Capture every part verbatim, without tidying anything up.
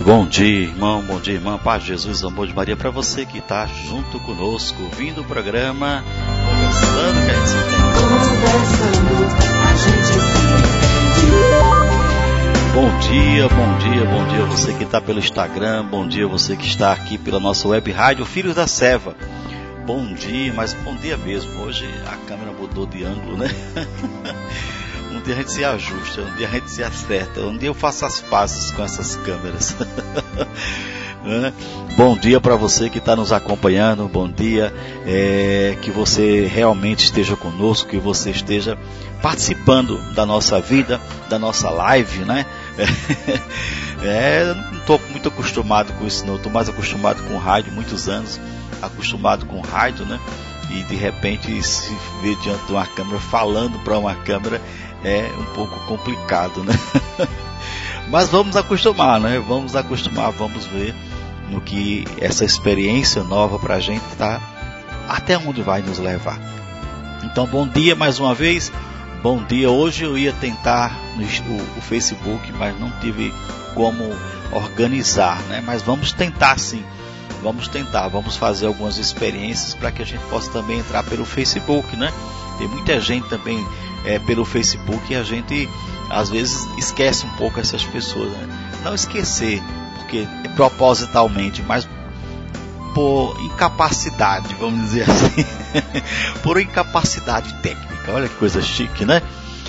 Bom dia, irmão, bom dia, irmã, paz de Jesus, amor de Maria, para você que está junto conosco, ouvindo o programa, conversando, que a gente se entende. Conversando, a gente se entende. Bom dia, bom dia, bom dia você que está pelo Instagram, bom dia você que está aqui pela nossa web rádio Filhos da Seva. Bom dia, mas bom dia mesmo, hoje a câmera mudou de ângulo, né? Um dia a gente se ajusta, um dia a gente se acerta, um dia eu faço as pazes com essas câmeras. Bom dia para você que está nos acompanhando, bom dia, é, que você realmente esteja conosco, que você esteja participando da nossa vida, da nossa live, né? É, eu não estou muito acostumado com isso não, estou mais acostumado com rádio, muitos anos acostumado com rádio, né? E de repente se ver diante de uma câmera, falando para uma câmera, é um pouco complicado, né? Mas vamos acostumar, né? Vamos acostumar, vamos ver no que essa experiência nova para a gente tá, até onde vai nos levar. Então, bom dia mais uma vez. Bom dia. Hoje eu ia tentar no, o, o Facebook, mas não tive como organizar, né? Mas vamos tentar sim. Vamos tentar, vamos fazer algumas experiências para que a gente possa também entrar pelo Facebook, né? Tem muita gente também é, pelo Facebook e a gente às vezes esquece um pouco essas pessoas, né? Não esquecer, porque é propositalmente, mas por incapacidade, vamos dizer assim, por incapacidade técnica. Olha que coisa chique, né?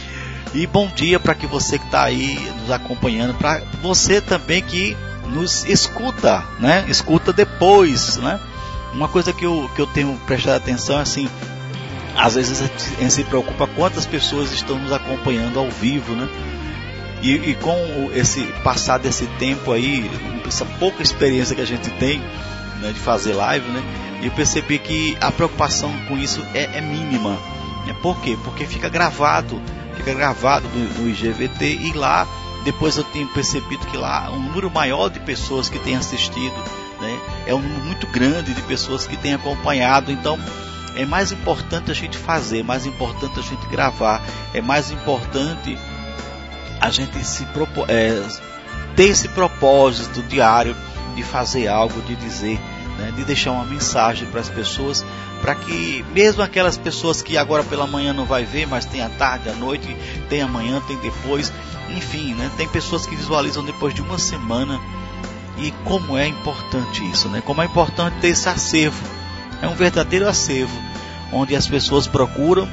E bom dia para que você que está aí nos acompanhando, para você também que nos escuta, né? Escuta depois, né? Uma coisa que eu, que eu tenho prestado atenção é assim, às vezes a gente se preocupa quantas pessoas estão nos acompanhando ao vivo, né? E, e com esse passar desse tempo aí, essa pouca experiência que a gente tem, né, de fazer live, né? Eu percebi que a preocupação com isso é, é mínima. Né? Por quê? Porque fica gravado, fica gravado no, no I G V T e lá depois eu tenho percebido que lá um número maior de pessoas que têm assistido, né? É um número muito grande de pessoas que têm acompanhado. Então é mais importante a gente fazer, mais importante a gente gravar, é mais importante a gente se propor, é, ter esse propósito diário de fazer algo, de dizer, né? De deixar uma mensagem para as pessoas, para que mesmo aquelas pessoas que agora pela manhã não vai ver, mas tem à tarde, à noite, tem amanhã, tem depois, enfim, né? Tem pessoas que visualizam depois de uma semana. E como é importante isso, né? Como é importante ter esse acervo. É um verdadeiro acervo, onde as pessoas procuram,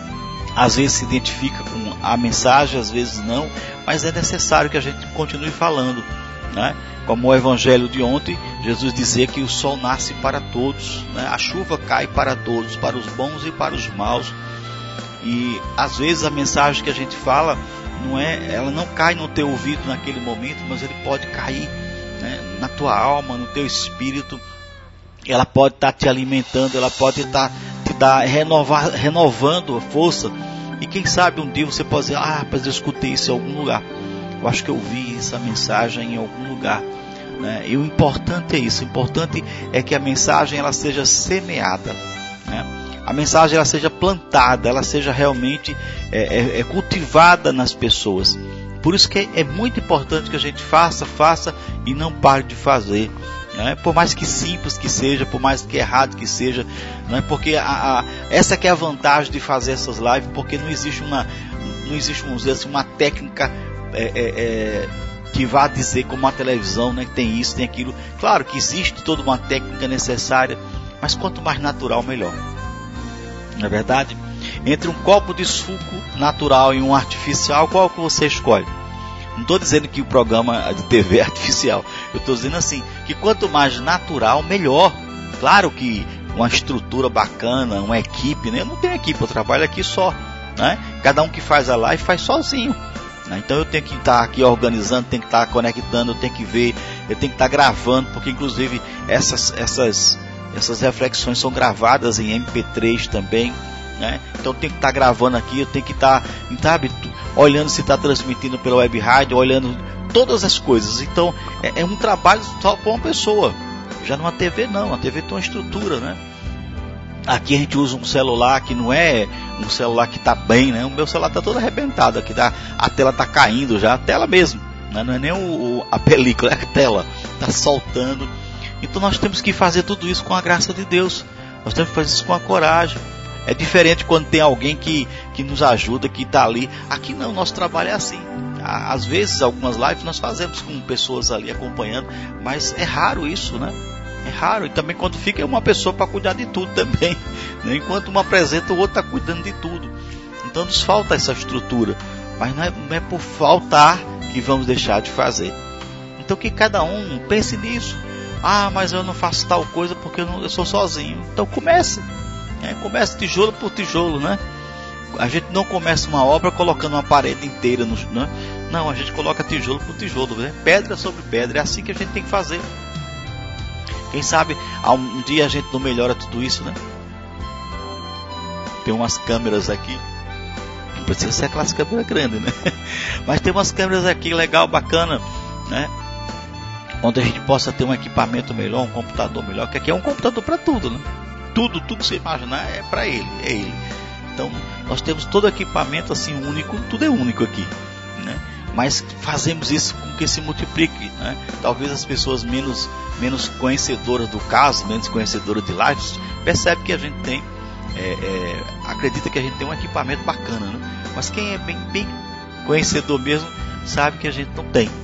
às vezes se identifica com a mensagem, às vezes não, mas é necessário que a gente continue falando, né? Como o evangelho de ontem, Jesus dizia que o sol nasce para todos, né? A chuva cai para todos, para os bons e para os maus. E às vezes a mensagem que a gente fala, não é, ela não cai no teu ouvido naquele momento, mas ele pode cair, né, na tua alma, no teu espírito. Ela pode estar te alimentando, ela pode estar te dar, renovar, renovando a força. E quem sabe um dia você pode dizer, ah, rapaz, eu escutei isso em algum lugar. Eu acho que eu vi essa mensagem em algum lugar, né? E o importante é isso, o importante é que a mensagem ela seja semeada, né? A mensagem ela seja plantada, ela seja realmente é, é, é cultivada nas pessoas. Por isso que é, é muito importante que a gente faça, faça e não pare de fazer, né? Por mais que simples que seja, por mais que errado que seja, né? Porque a, a, essa que é a vantagem de fazer essas lives, porque não existe uma, não existe, vamos dizer assim, uma técnica é, é, é, que vá dizer como a televisão, né? Que tem isso, tem aquilo. Claro que existe toda uma técnica necessária, mas quanto mais natural, melhor. Não é verdade? Entre um copo de suco natural e um artificial, qual que você escolhe? Não estou dizendo que o programa de T V é artificial. Eu estou dizendo assim, que quanto mais natural, melhor. Claro que uma estrutura bacana, uma equipe, né? Eu não tenho equipe, eu trabalho aqui só, né? Cada um que faz a live faz sozinho, né? Então eu tenho que estar aqui organizando, tenho que estar conectando, eu tenho que ver, eu tenho que estar gravando, porque inclusive essas... essas Essas reflexões são gravadas em M P três também, né? Então eu tenho que estar gravando aqui, eu tenho que estar, sabe, olhando se está transmitindo pela web rádio, olhando todas as coisas. Então é, é um trabalho só para uma pessoa. Já numa T V não, a T V tem uma estrutura, né? Aqui a gente usa um celular que não é um celular que está bem, né? O meu celular está todo arrebentado aqui, tá? A tela está caindo já, a tela mesmo, né? Não é nem o, a película, é a tela, está soltando. Então nós temos que fazer tudo isso com a graça de Deus, nós temos que fazer isso com a coragem. É diferente quando tem alguém que, que nos ajuda, que está ali. Aqui não, nosso trabalho é assim. Às vezes, algumas lives nós fazemos com pessoas ali acompanhando, mas é raro isso, né? É raro. E também quando fica é uma pessoa para cuidar de tudo também, né? Enquanto uma apresenta, o outro está cuidando de tudo. Então nos falta essa estrutura. Mas não é, não é por faltar que vamos deixar de fazer. Então que cada um pense nisso. Ah, mas eu não faço tal coisa porque eu, não, eu sou sozinho. Então comece. É, comece tijolo por tijolo, né? A gente não começa uma obra colocando uma parede inteira, no, né? Não, a gente coloca tijolo por tijolo, né? Pedra sobre pedra, é assim que a gente tem que fazer. Quem sabe um dia a gente não melhora tudo isso, né? Tem umas câmeras aqui, não precisa ser aquelas câmeras grandes, né? Mas tem umas câmeras aqui legal, bacana, né? Onde a gente possa ter um equipamento melhor, um computador melhor, que aqui é um computador para tudo, né? Tudo, tudo que você imaginar é para ele, é ele. Então, nós temos todo equipamento assim único, tudo é único aqui, né? Mas fazemos isso com que se multiplique, né? Talvez as pessoas menos, menos conhecedoras do caso, menos conhecedoras de lives, percebem que a gente tem, é, é, acredita que a gente tem um equipamento bacana, né? Mas quem é bem, bem conhecedor mesmo, sabe que a gente não tem.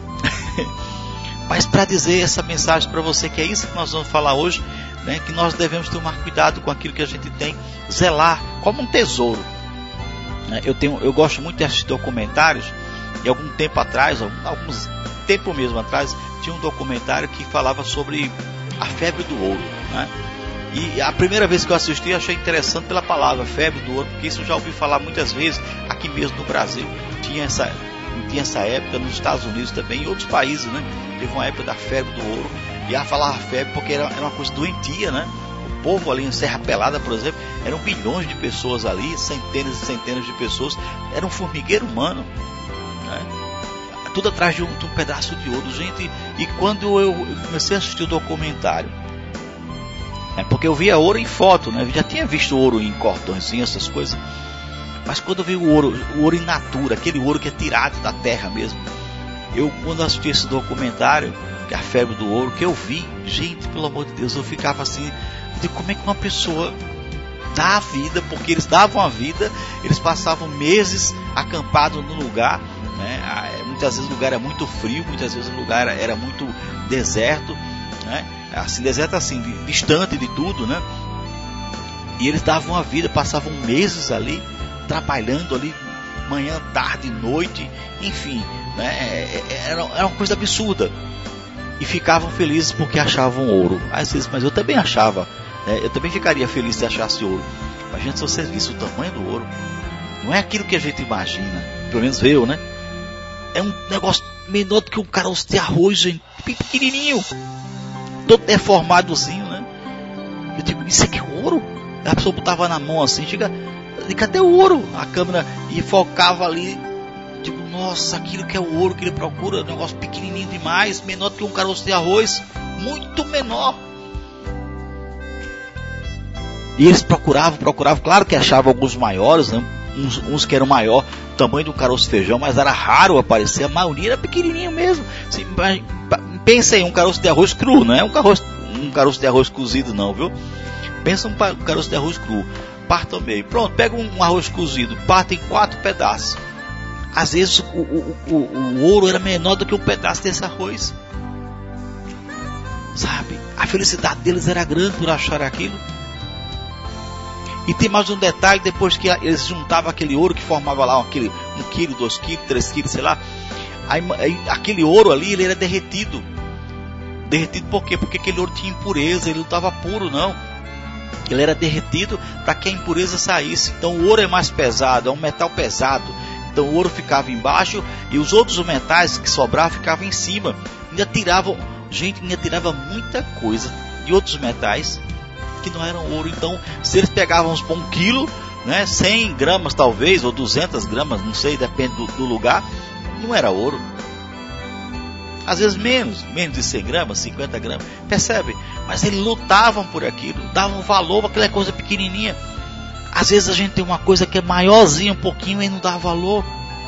Mas para dizer essa mensagem para você, que é isso que nós vamos falar hoje, né, que nós devemos tomar cuidado com aquilo que a gente tem, zelar como um tesouro, né? eu, tenho, eu gosto muito de assistir documentários, e algum tempo atrás, alguns tempo mesmo atrás, tinha um documentário que falava sobre a febre do ouro, né? E a primeira vez que eu assisti, eu achei interessante pela palavra febre do ouro, porque isso eu já ouvi falar muitas vezes aqui mesmo no Brasil. Tinha essa, tinha essa época nos Estados Unidos também, em outros países, né? Teve uma época da febre do ouro. E a falar febre porque era, era uma coisa doentia, né? O povo ali em Serra Pelada, por exemplo, eram bilhões de pessoas ali, centenas e centenas de pessoas, era um formigueiro humano, né? Tudo atrás de um, de um pedaço de ouro, gente. E quando eu comecei a assistir o documentário, é porque eu via ouro em foto, né? Eu já tinha visto ouro em cordõezinhos, essas coisas, mas quando eu vi o ouro, o ouro in natura, aquele ouro que é tirado da terra mesmo, eu quando assisti esse documentário, a febre do ouro, que eu vi, gente, pelo amor de Deus, eu ficava assim, de como é que uma pessoa dá a vida, porque eles davam a vida, eles passavam meses acampados no lugar, né? Muitas vezes o lugar era muito frio, muitas vezes o lugar era, era muito deserto, né? Assim, deserto assim, distante de tudo, né? E eles davam a vida, passavam meses ali, trabalhando ali, manhã, tarde, noite, enfim, né? Era, era uma coisa absurda. E ficavam felizes porque achavam ouro. Às vezes, mas eu também achava, né? Eu também ficaria feliz se achasse ouro. Mas gente, se vocês vissem o tamanho do ouro, não é aquilo que a gente imagina, pelo menos eu, né? É um negócio menor do que um caroço de arroz, gente, pequenininho, todo deformadozinho, né? Eu digo, isso aqui é ouro? A pessoa botava na mão assim, chega, cadê o ouro? A câmera e focava ali. Tipo, nossa, aquilo que é o ouro que ele procura, um negócio pequenininho demais, menor do que um caroço de arroz, muito menor. E eles procuravam, procuravam, claro que achavam alguns maiores, né? uns, uns que eram maior, tamanho de um caroço de feijão, mas era raro aparecer, a maioria era pequenininho mesmo. Assim, pensa em um caroço de arroz cru, não é um caroço, um caroço de arroz cozido não, viu? Pensa um caroço de arroz cru, parta ao meio, pronto, pega um arroz cozido, parta em quatro pedaços. Às vezes o, o, o, o ouro era menor do que um pedaço desse arroz, sabe? A felicidade deles era grande por achar aquilo. E tem mais um detalhe, depois que eles juntavam aquele ouro que formava lá aquele, um quilo, dois quilos, três quilos, sei lá, aí, aí, aquele ouro ali ele era derretido. Derretido por quê? Porque aquele ouro tinha impureza, ele não estava puro não. Ele era derretido para que a impureza saísse. Então o ouro é mais pesado, é um metal pesado. Então o ouro ficava embaixo e os outros metais que sobravam ficavam em cima. Ainda tiravam, gente, ainda tirava muita coisa de outros metais que não eram ouro. Então se eles pegavam por um quilo, né, cem gramas talvez, ou duzentas gramas, não sei, depende do, do lugar, não era ouro. Às vezes menos, menos de cem gramas, cinquenta gramas, percebe? Mas eles lutavam por aquilo, davam valor para aquela coisa pequenininha. Às vezes a gente tem uma coisa que é maiorzinha um pouquinho e não dá valor.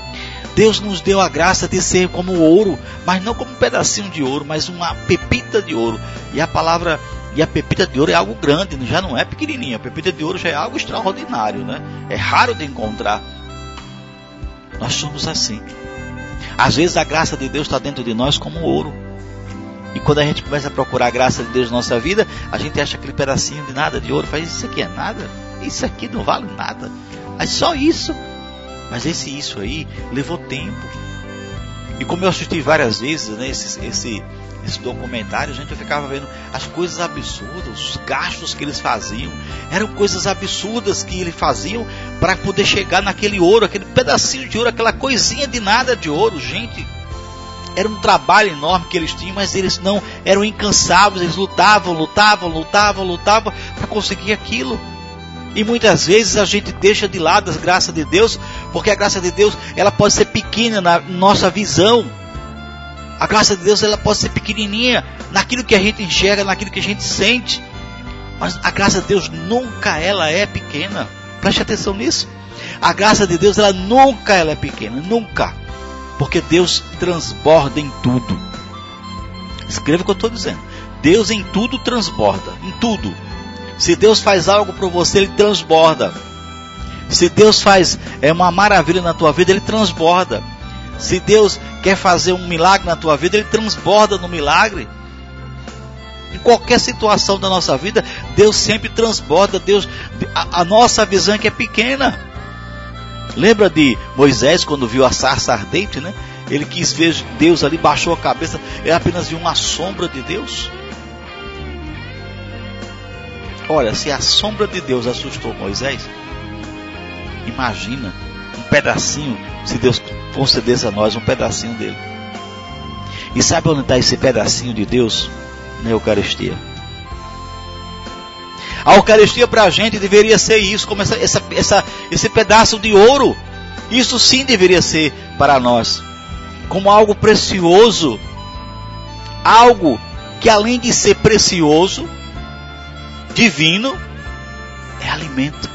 Deus nos deu a graça de ser como ouro, mas não como um pedacinho de ouro, mas uma pepita de ouro. E a palavra, e a pepita de ouro é algo grande, já não é pequenininha. A pepita de ouro já é algo extraordinário, né? É raro de encontrar. Nós somos assim. Às vezes a graça de Deus está dentro de nós como ouro. E quando a gente começa a procurar a graça de Deus na nossa vida, a gente acha aquele pedacinho de nada de ouro. Faz, isso aqui é nada, isso aqui não vale nada. É só isso. Mas esse isso aí levou tempo. E como eu assisti várias vezes, né, esse, esse, esse documentário, a gente ficava vendo as coisas absurdas, os gastos que eles faziam. Eram coisas absurdas que eles faziam para poder chegar naquele ouro, aquele pedacinho de ouro, aquela coisinha de nada de ouro. Gente, era um trabalho enorme que eles tinham, mas eles não eram incansáveis. Eles lutavam, lutavam, lutavam, lutavam para conseguir aquilo. E muitas vezes a gente deixa de lado a graça de Deus, porque a graça de Deus, ela pode ser pequena na nossa visão. A graça de Deus, ela pode ser pequenininha naquilo que a gente enxerga, naquilo que a gente sente. Mas a graça de Deus nunca ela é pequena. Preste atenção nisso. A graça de Deus, ela nunca ela é pequena, nunca. Porque Deus transborda em tudo. Escreva o que eu estou dizendo. Deus em tudo transborda, em tudo. Se Deus faz algo para você, Ele transborda. Se Deus faz é, uma maravilha na tua vida, Ele transborda. Se Deus quer fazer um milagre na tua vida, Ele transborda no milagre. Em qualquer situação da nossa vida, Deus sempre transborda. Deus, a, a nossa visão é que é pequena. Lembra de Moisés quando viu a sarça ardente, né? Ele quis ver Deus ali, baixou a cabeça, ele apenas viu uma sombra de Deus. Olha, se a sombra de Deus assustou Moisés, imagina um pedacinho, se Deus concedesse a nós um pedacinho dele. E sabe onde está esse pedacinho de Deus? Na Eucaristia. A Eucaristia para a gente deveria ser isso, como essa, essa, essa, esse pedaço de ouro. Isso sim deveria ser para nós, como algo precioso, algo que além de ser precioso, divino, é alimento.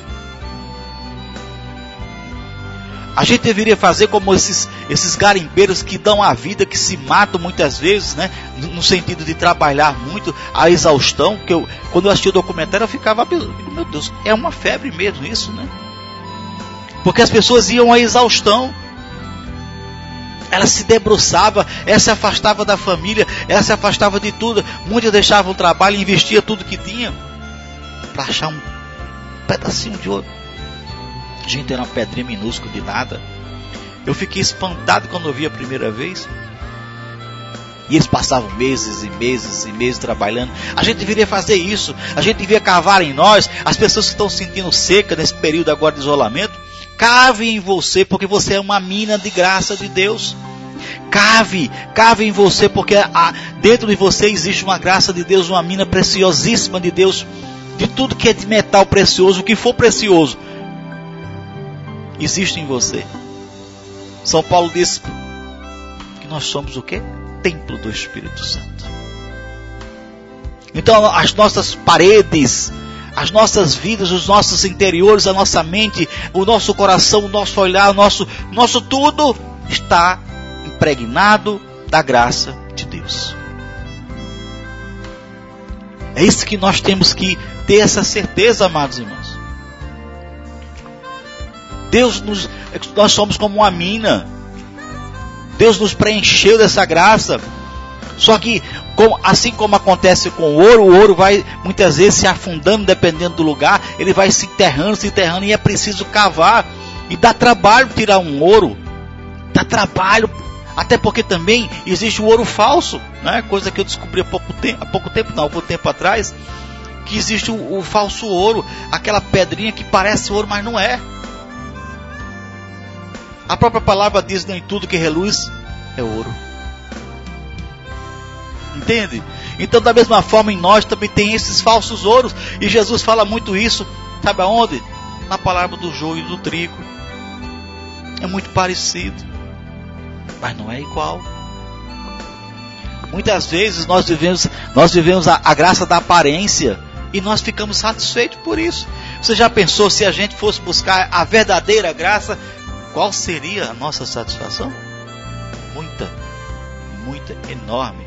A gente deveria fazer como esses, esses garimpeiros que dão a vida, que se matam muitas vezes, né? No sentido de trabalhar muito, a exaustão. Que eu, quando eu assisti o documentário, eu ficava, meu Deus, é uma febre mesmo isso, né? Porque as pessoas iam à exaustão. Ela se debruçava, ela se afastava da família, ela se afastava de tudo. Muitas deixavam o trabalho e investia tudo que tinha para achar um pedacinho de ouro. Gente, era uma pedrinha minúscula de nada. Eu fiquei espantado quando eu vi a primeira vez. E eles passavam meses e meses e meses trabalhando. A gente deveria fazer isso. A gente deveria cavar em nós. As pessoas que estão se sentindo seca nesse período agora de isolamento, cave em você, porque você é uma mina de graça de Deus. Cave, cave em você, porque a, dentro de você existe uma graça de Deus, uma mina preciosíssima de Deus. De tudo que é de metal precioso, o que for precioso, existe em você. São Paulo diz que nós somos o quê? Templo do Espírito Santo. Então as nossas paredes, as nossas vidas, os nossos interiores, a nossa mente, o nosso coração, o nosso olhar, o nosso, nosso tudo está impregnado da graça de Deus. É isso que nós temos que ter essa certeza, amados irmãos. Deus nos, nós somos como uma mina. Deus nos preencheu dessa graça. Só que, como, assim como acontece com o ouro, o ouro vai muitas vezes se afundando, dependendo do lugar. Ele vai se enterrando, se enterrando, e é preciso cavar. E dá trabalho tirar um ouro. Dá trabalho. Até porque também existe o ouro falso, né? Coisa que eu descobri há pouco tempo, há pouco tempo não, há pouco tempo atrás, que existe o, o falso ouro, aquela pedrinha que parece ouro, mas não é. A própria palavra diz: nem tudo que reluz é ouro. Entende? Então, da mesma forma, em nós também tem esses falsos ouros, e Jesus fala muito isso, sabe aonde? Na palavra do joio e do trigo. É muito parecido, mas não é igual. Muitas vezes nós vivemos, nós vivemos a, a graça da aparência e nós ficamos satisfeitos por isso. Você já pensou se a gente fosse buscar a verdadeira graça? qual seria a nossa satisfação? Muita, muita, enorme.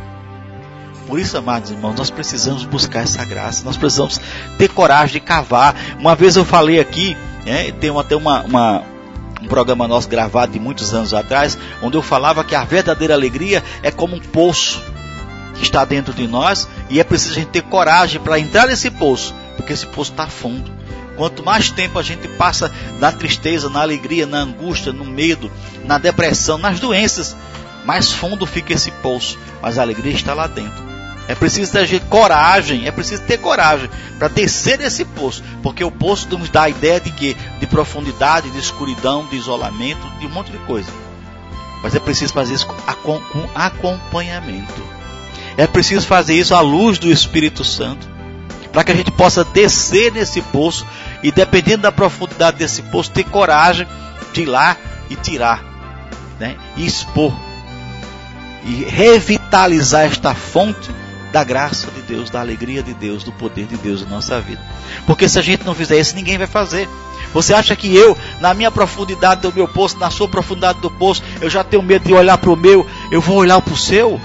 Por isso, amados irmãos, nós precisamos buscar essa graça. Nós precisamos ter coragem de cavar. Uma vez eu falei aqui, né, tem até uma, uma, um programa nosso gravado de muitos anos atrás, onde eu falava que a verdadeira alegria é como um poço que está dentro de nós, e é preciso a gente ter coragem para entrar nesse poço, porque esse poço está fundo. Quanto mais tempo a gente passa na tristeza, na alegria, na angústia, no medo, na depressão, nas doenças, mais fundo fica esse poço, mas a alegria está lá dentro. É preciso ter coragem, é preciso ter coragem para descer desse poço, porque o poço nos dá a ideia de quê? De profundidade, de escuridão, de isolamento, de um monte de coisa. Mas é preciso fazer isso com acompanhamento. É preciso fazer isso à luz do Espírito Santo, para que a gente possa descer nesse poço e, dependendo da profundidade desse poço, ter coragem de ir lá e tirar, né? E expor e revitalizar esta fonte da graça de Deus, da alegria de Deus, do poder de Deus na nossa vida. Porque se a gente não fizer isso, ninguém vai fazer. Você acha que eu, na minha profundidade do meu poço, na sua profundidade do poço, eu já tenho medo de olhar para o meu, eu vou olhar para o seu?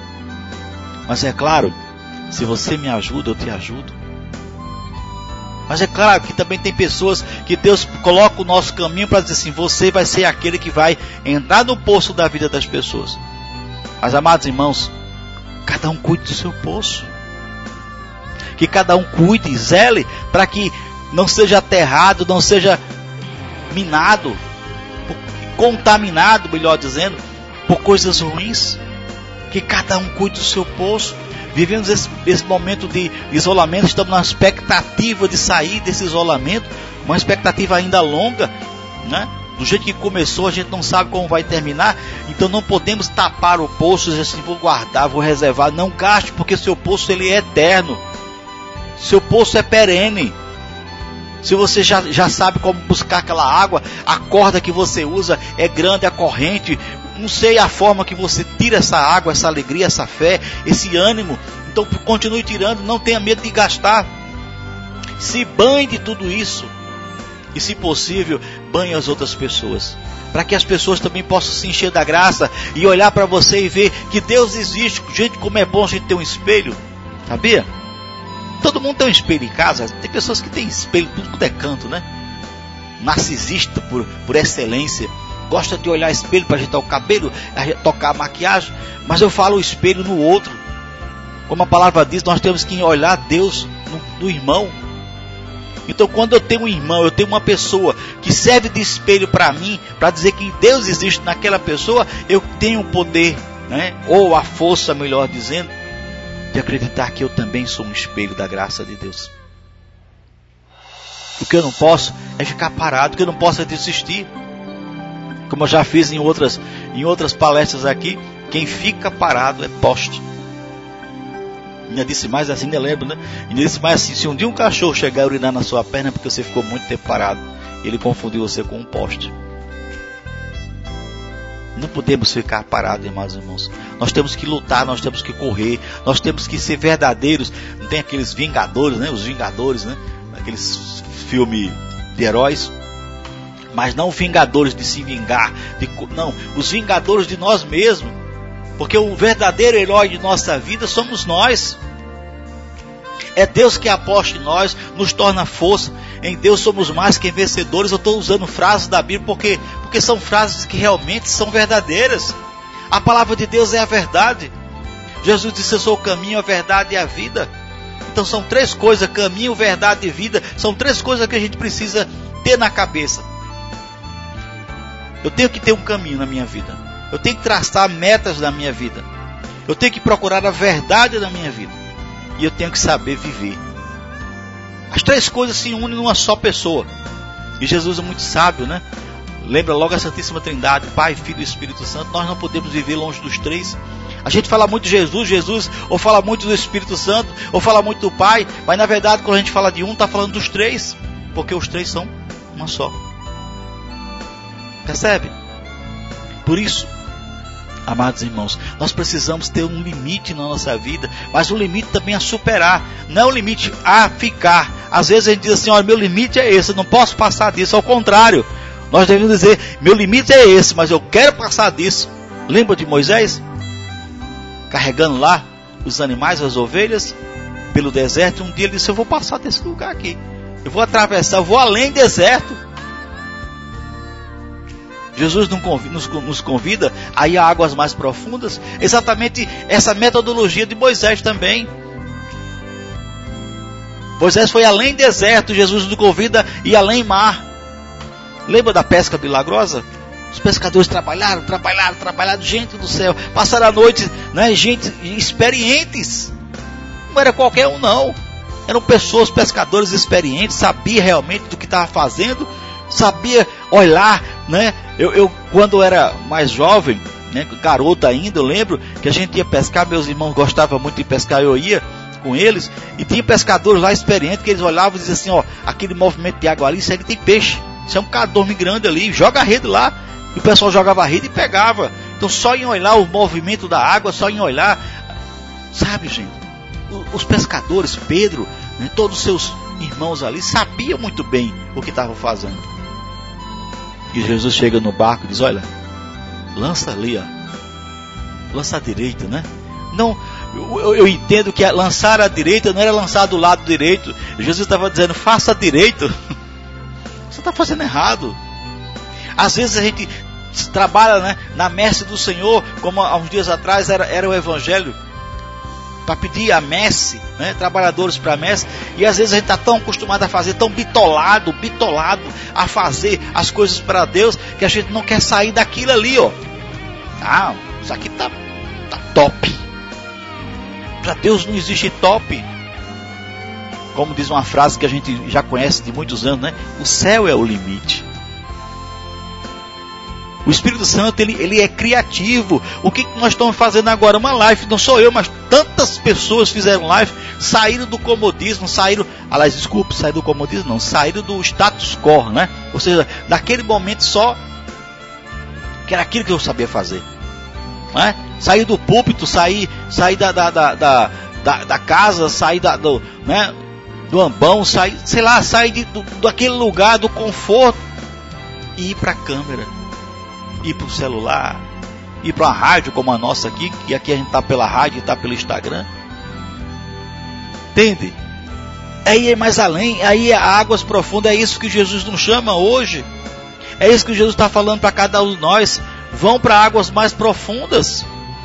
Mas é claro, se você me ajuda, eu te ajudo. Mas é claro que também tem pessoas que Deus coloca o nosso caminho para dizer assim, você vai ser aquele que vai entrar no poço da vida das pessoas. Mas, amados irmãos, cada um cuide do seu poço. Que cada um cuide, zele, para que não seja aterrado, não seja minado, contaminado, melhor dizendo, por coisas ruins. Que cada um cuide do seu poço. Vivemos esse, esse momento de isolamento, estamos na expectativa de sair desse isolamento, uma expectativa ainda longa, né? Do jeito que começou, a gente não sabe como vai terminar, então não podemos tapar o poço e dizer assim, vou guardar, vou reservar. Não gaste, porque seu poço ele é eterno, seu poço é perene. Se você já, já sabe como buscar aquela água, a corda que você usa é grande, a corrente, não sei a forma que você tira essa água, essa alegria, essa fé, esse ânimo. Então continue tirando, não tenha medo de gastar. Se banhe de tudo isso. E se possível, banhe as outras pessoas. Para que as pessoas também possam se encher da graça e olhar para você e ver que Deus existe. Gente, como é bom a gente ter um espelho. Sabia? Todo mundo tem um espelho em casa. Tem pessoas que têm espelho tudo quanto é canto, né? Narcisista por, por excelência. Gosta de olhar espelho para ajeitar o cabelo, tocar a maquiagem. Mas eu falo o espelho no outro. Como a palavra diz, nós temos que olhar Deus no, no irmão. Então quando eu tenho um irmão, eu tenho uma pessoa que serve de espelho para mim, para dizer que Deus existe naquela pessoa, eu tenho o poder, né? Ou a força, melhor dizendo, de acreditar que eu também sou um espelho da graça de Deus. O que eu não posso é ficar parado, o que eu não posso é desistir. Como eu já fiz em outras, em outras palestras aqui, quem fica parado é poste. Ainda disse mais assim, ainda lembro, né? Ainda disse mais assim, se um dia um cachorro chegar a urinar na sua perna porque você ficou muito tempo parado, ele confundiu você com um poste. Não podemos ficar parados, irmãos e irmãos. Nós temos que lutar, nós temos que correr, nós temos que ser verdadeiros. Não tem aqueles vingadores, né? Os vingadores, né? Aqueles filmes de heróis. Mas não vingadores de se vingar. De, não, os vingadores de nós mesmos. Porque o verdadeiro herói de nossa vida somos nós. É Deus que aposta em nós, nos torna força. Em Deus somos mais que vencedores. Eu estou usando frases da Bíblia porque, porque são frases que realmente são verdadeiras. A palavra de Deus é a verdade. Jesus disse, eu sou o caminho, a verdade e a vida. Então são três coisas, caminho, verdade e vida. São três coisas que a gente precisa ter na cabeça. Eu tenho que ter um caminho na minha vida. Eu tenho que traçar metas na minha vida. Eu tenho que procurar a verdade na minha vida. E eu tenho que saber viver. As três coisas se unem numa só pessoa. E Jesus é muito sábio, né? Lembra logo a Santíssima Trindade, Pai, Filho e Espírito Santo. Nós não podemos viver longe dos três. A gente fala muito de Jesus, Jesus, ou fala muito do Espírito Santo, ou fala muito do Pai. Mas na verdade, quando a gente fala de um, está falando dos três. Porque os três são uma só. Percebe? Por isso, amados irmãos, nós precisamos ter um limite na nossa vida, mas um limite também a superar, não é um limite a ficar. Às vezes a gente diz assim, olha, meu limite é esse, eu não posso passar disso. Ao contrário, Nós devemos dizer, meu limite é esse, mas eu quero passar disso. Lembra de Moisés? Carregando lá os animais, as ovelhas, pelo deserto. Um dia ele disse, eu vou passar desse lugar aqui. Eu vou atravessar, eu vou além do deserto. Jesus nos convida a ir a águas mais profundas. Exatamente essa metodologia de Moisés também. Moisés foi além do deserto, Jesus nos convida a ir além mar. Lembra da pesca milagrosa? Os pescadores trabalharam, trabalharam, trabalharam, gente do céu, passaram a noite, né, gente experientes. Não era qualquer um não. Eram pessoas, pescadores experientes, sabia realmente do que estava fazendo, sabia olhar, né? Eu, eu quando era mais jovem, né, garoto ainda, eu lembro que a gente ia pescar, meus irmãos gostavam muito de pescar, eu ia com eles, e tinha pescadores lá experientes que eles olhavam e diziam assim, ó, aquele movimento de água ali, isso aí tem peixe, isso é um cadorme grande ali, joga a rede lá, e o pessoal jogava a rede e pegava. Então só em olhar o movimento da água, só em olhar, sabe, gente, os pescadores, Pedro, né, todos os seus irmãos ali, sabiam muito bem o que estavam fazendo. E Jesus chega no barco e diz, olha, lança ali, ó, lança à direita, né? Não, eu, eu entendo que lançar à direita não era lançar do lado direito. Jesus estava dizendo, faça à direita. Você está fazendo errado. Às vezes a gente trabalha, né, na messe do Senhor, como há uns dias atrás era, era o Evangelho, para pedir a messe, né, trabalhadores para a messe, e às vezes a gente está tão acostumado a fazer, tão bitolado, bitolado a fazer as coisas para Deus, que a gente não quer sair daquilo ali, ó. Ah, isso aqui tá, tá top. Para Deus não existe top. Como diz uma frase que a gente já conhece de muitos anos, né? O céu é o limite. O Espírito Santo, ele, ele é criativo. O que, que nós estamos fazendo agora? Uma live, não sou eu, mas tantas pessoas fizeram live, saíram do comodismo, saíram, aliás, desculpe, saíram do comodismo, não, saíram do status quo, né? Ou seja, daquele momento só, que era aquilo que eu sabia fazer, né? Sair do púlpito, sair, sair da, da, da, da, da, da casa, sair da, do, né, do ambão, sair, sei lá, sair de, do, daquele lugar, do conforto, e ir para a câmera, ir para o celular, ir para uma rádio como a nossa aqui, que aqui a gente está pela rádio e está pelo Instagram. Entende? Aí é mais além, aí é águas profundas, é isso que Jesus nos chama hoje. É isso que Jesus está falando para cada um de nós. Vão para águas mais profundas.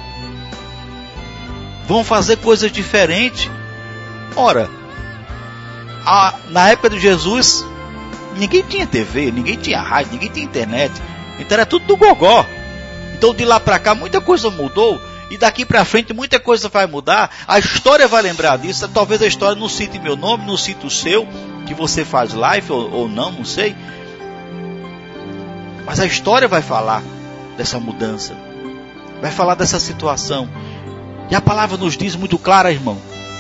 Vão fazer coisas diferentes. Ora, a, na época de Jesus, ninguém tinha T V, ninguém tinha rádio, ninguém tinha internet. Então era tudo do gogó. Então de lá para cá muita coisa mudou. E daqui para frente muita coisa vai mudar. A história vai lembrar disso. Talvez a história não cite meu nome, não cite o seu, que você faz live ou, ou não, não sei. Mas a história vai falar dessa mudança. Vai falar dessa situação. E a palavra nos diz muito clara, irmão,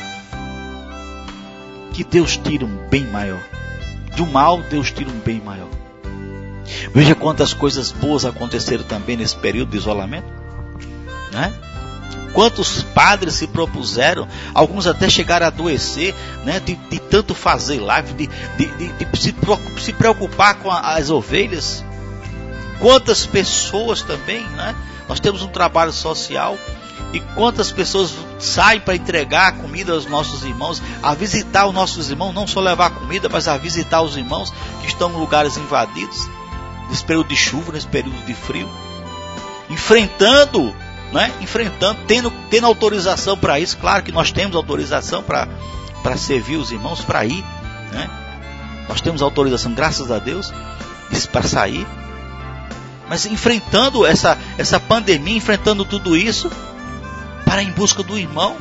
que Deus tira um bem maior. Do mal, Deus tira um bem maior. Veja quantas coisas boas aconteceram também nesse período de isolamento, né? Quantos padres se propuseram, alguns até chegaram a adoecer, né? de, de tanto fazer live, de, de, de, de se, se preocupar com a, as ovelhas. Quantas pessoas também, né? Nós temos um trabalho social, e quantas pessoas saem para entregar comida aos nossos irmãos, a visitar os nossos irmãos, não só levar comida, mas a visitar os irmãos que estão em lugares invadidos, nesse período de chuva, nesse período de frio, enfrentando, né? enfrentando, tendo, tendo autorização para isso. Claro que nós temos autorização para para servir os irmãos, para ir, né? Nós temos autorização, graças a Deus, para sair, mas enfrentando essa, essa pandemia, enfrentando tudo isso, para ir em busca do irmão.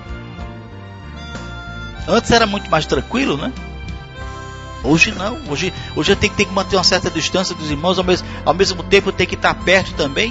Antes era muito mais tranquilo, né? Hoje não, hoje, hoje eu tenho que, tenho que manter uma certa distância dos irmãos, ao mesmo, ao mesmo tempo eu tenho que estar perto também.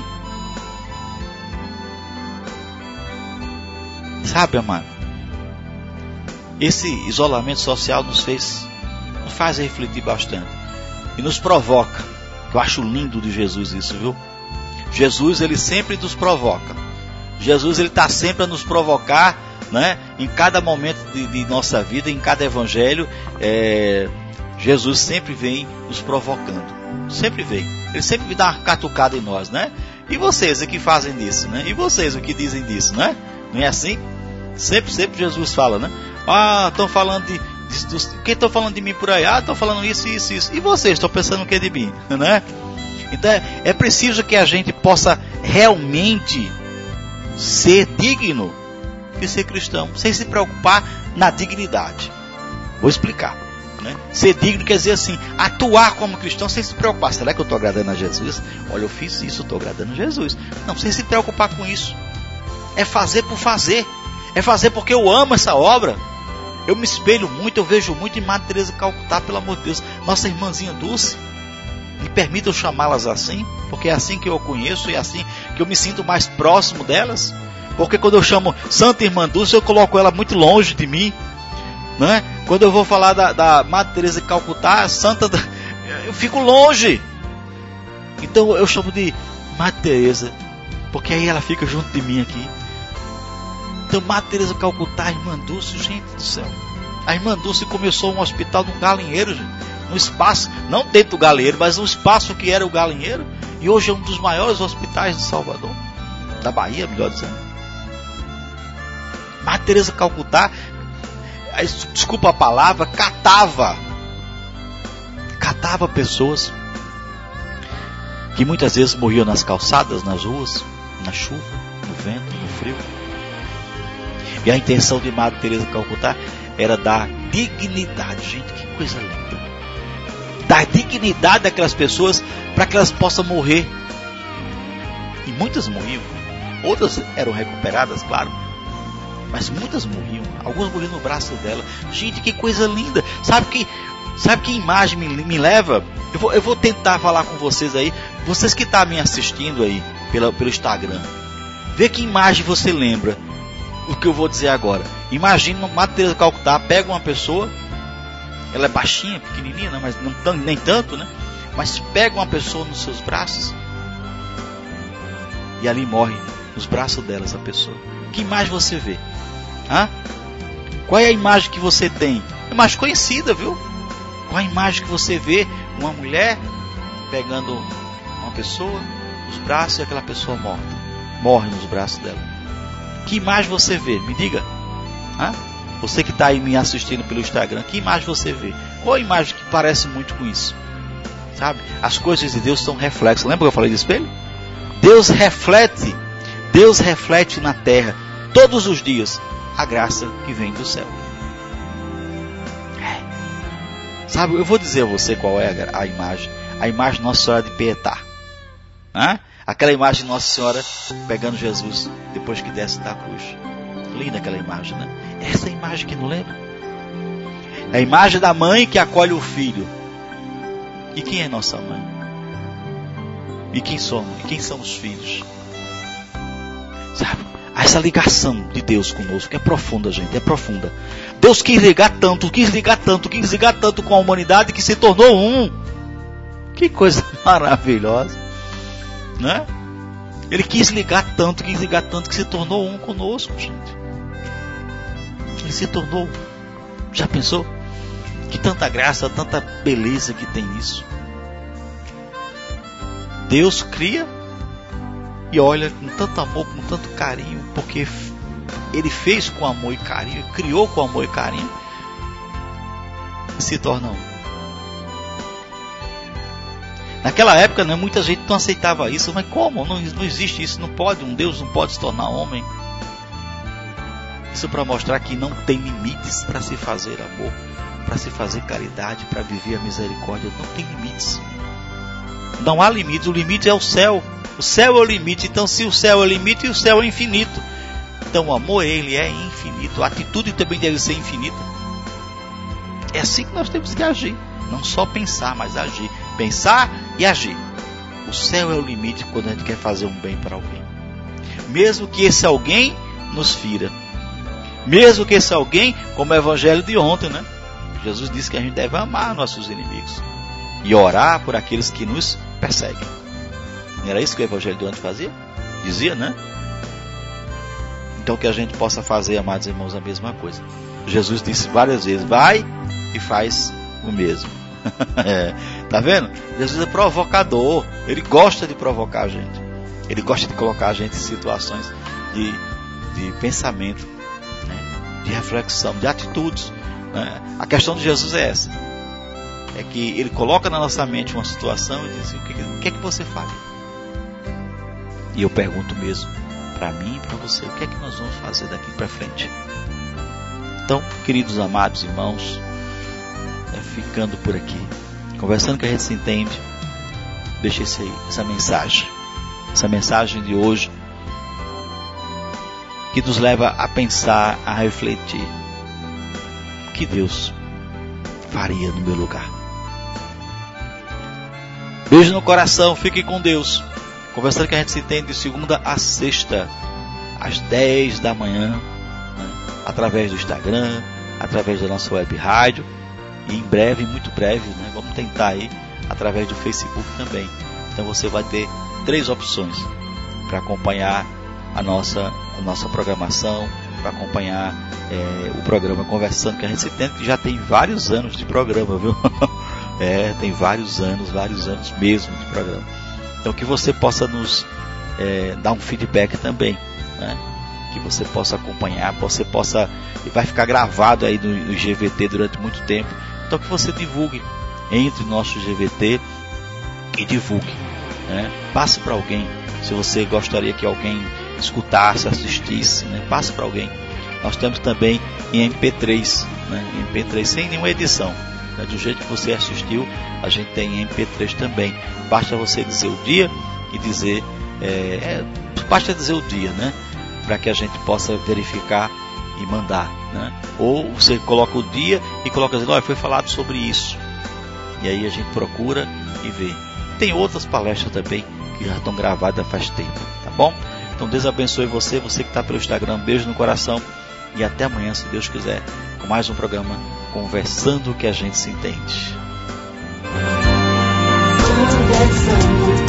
Sabe, amado, esse isolamento social nos fez, nos faz refletir bastante e nos provoca. Eu acho lindo de Jesus isso, viu? Jesus, ele sempre nos provoca. Jesus, ele está sempre a nos provocar, né? Em cada momento de, de nossa vida, em cada evangelho, é, Jesus sempre vem nos provocando. Sempre vem. Ele sempre me dá uma catucada em nós, né? E vocês o que fazem disso, né? E vocês o que dizem disso, né? Não é assim? Sempre, sempre Jesus fala, né? Ah, estão falando de... de, de quem estão falando de mim por aí? Ah, estão falando isso, isso, isso. E vocês estão pensando o que é de mim, né? Então é, é preciso que a gente possa realmente ser digno de ser cristão, sem se preocupar na dignidade. Vou explicar, né? Ser digno quer dizer assim, atuar como cristão sem se preocupar. Será que eu estou agradando a Jesus? Olha, eu fiz isso, estou agradando a Jesus. Não, sem se preocupar com isso. É fazer por fazer. É fazer porque eu amo essa obra. Eu me espelho muito, eu vejo muito em Madre Teresa de Calcutá, pelo amor de Deus. Nossa irmãzinha Dulce. Me permitam chamá-las assim, porque é assim que eu conheço e é assim que eu me sinto mais próximo delas. Porque quando eu chamo Santa Irmã Dulce, eu coloco ela muito longe de mim, né? Quando eu vou falar da, da Madre Teresa de Calcutá, Santa, eu fico longe. Então eu chamo de Madre Teresa, porque aí ela fica junto de mim aqui. Então Madre Teresa de Calcutá, Irmã Dulce, gente do céu. A Irmã Dulce começou um hospital num galinheiro, gente. No espaço, não dentro do galinheiro, mas no espaço que era o galinheiro, e hoje é um dos maiores hospitais de Salvador, da Bahia, melhor dizendo. Madre Teresa de Calcutá, desculpa a palavra, catava, catava pessoas que muitas vezes morriam nas calçadas, nas ruas, na chuva, no vento, no frio. E a intenção de Madre Teresa de Calcutá era dar dignidade, gente, que coisa linda. Dar dignidade àquelas pessoas para que elas possam morrer. E muitas morriam. Outras eram recuperadas, claro. Mas muitas morriam. Algumas morriam no braço dela. Gente, que coisa linda. Sabe que, sabe que imagem me, me leva? Eu vou, eu vou tentar falar com vocês aí. Vocês que estão me assistindo aí pela, pelo Instagram. Vê que imagem você lembra o que eu vou dizer agora. Imagina Madre Teresa de Calcutá pega uma pessoa. Ela é baixinha, pequenininha, mas não, nem tanto, né? Mas pega uma pessoa nos seus braços e ali morre nos braços delas a pessoa. Que imagem você vê? Hã? Qual é a imagem que você tem? É imagem conhecida, viu? Qual a imagem que você vê? Uma mulher pegando uma pessoa nos braços e aquela pessoa morta. Morre nos braços dela. Que imagem você vê? Me diga. Hã? Você que está aí me assistindo pelo Instagram, que imagem você vê? Qual a imagem que parece muito com isso? Sabe? As coisas de Deus são reflexos. Lembra que eu falei do espelho? Deus reflete, Deus reflete na terra, todos os dias, a graça que vem do céu. É. Sabe, eu vou dizer a você qual é a, a imagem. A imagem de Nossa Senhora de Pietá. Hã? Aquela imagem de Nossa Senhora pegando Jesus depois que desce da cruz. Linda aquela imagem, né? Essa imagem que não lembra? É a imagem da mãe que acolhe o filho. E quem é nossa mãe? E quem somos? E quem são os filhos? Sabe? Essa ligação de Deus conosco é profunda, gente, é profunda. Deus quis ligar tanto, quis ligar tanto, quis ligar tanto com a humanidade que se tornou um. Que coisa maravilhosa, né? Ele quis ligar tanto, quis ligar tanto que se tornou um conosco, gente. Ele se tornou. Já pensou? Que tanta graça, tanta beleza que tem nisso. Deus cria e olha com tanto amor, com tanto carinho, porque Ele fez com amor e carinho, criou com amor e carinho, e se torna um. Naquela época, né, muita gente não aceitava isso. Mas como? Não, não existe isso, não pode, um Deus não pode se tornar homem. Isso para mostrar que não tem limites para se fazer amor, para se fazer caridade, para viver a misericórdia. Não tem limites. Não há limites, o limite é o céu. O céu é o limite. Então se o céu é o limite, o céu é infinito. Então o amor, ele é infinito. A atitude também deve ser infinita. É assim que nós temos que agir. Não só pensar, mas agir. Pensar e agir. O céu é o limite quando a gente quer fazer um bem para alguém. Mesmo que esse alguém nos fira. Mesmo que esse alguém, como o evangelho de ontem, né? Jesus disse que a gente deve amar nossos inimigos. E orar por aqueles que nos perseguem. Não era isso que o evangelho de ontem fazia? Dizia, né? Então que a gente possa fazer, amados irmãos, a mesma coisa. Jesus disse várias vezes, vai e faz o mesmo. É. Tá vendo? Jesus é provocador. Ele gosta de provocar a gente. Ele gosta de colocar a gente em situações de, de pensamento, né? De reflexão, de atitudes, né? A questão de Jesus é essa. É que ele coloca na nossa mente uma situação e diz assim, o que, o que é que você faria? E eu pergunto mesmo, para mim e para você, o que é que nós vamos fazer daqui para frente? Então, queridos amados irmãos, é, ficando por aqui, conversando que a gente se entende, deixa esse aí, essa mensagem, essa mensagem de hoje, que nos leva a pensar, a refletir, o que Deus faria no meu lugar. Beijo no coração, fique com Deus. Conversando que a gente se entende de segunda a sexta, às dez da manhã, né? Através do Instagram, através da nossa web rádio, e em breve, muito breve, né? Vamos tentar aí, através do Facebook também. Então você vai ter três opções para acompanhar a nossa, a nossa programação, para acompanhar é, o programa Conversando que a gente se entende, que já tem vários anos de programa, viu? É, tem vários anos, vários anos mesmo de programa. Então que você possa nos é, dar um feedback também, né? Que você possa acompanhar, você possa, e vai ficar gravado aí no, no G V T durante muito tempo. Então que você divulgue, entre no nosso G V T e divulgue, né? Passe para alguém, se você gostaria que alguém escutasse, assistisse, né? Passe para alguém. Nós temos também em M P três, né? Em M P três sem nenhuma edição, né? Do jeito que você assistiu, a gente tem em M P três também. Basta você dizer o dia e dizer, é, é, basta dizer o dia, né? Para que a gente possa verificar e mandar, né? Ou você coloca o dia e coloca dizendo, olha, foi falado sobre isso. E aí a gente procura e vê. Tem outras palestras também que já estão gravadas faz tempo, tá bom? Então Deus abençoe você, você que está pelo Instagram, um beijo no coração e até amanhã, se Deus quiser, com mais um programa Conversando que a gente se entende. Conversando.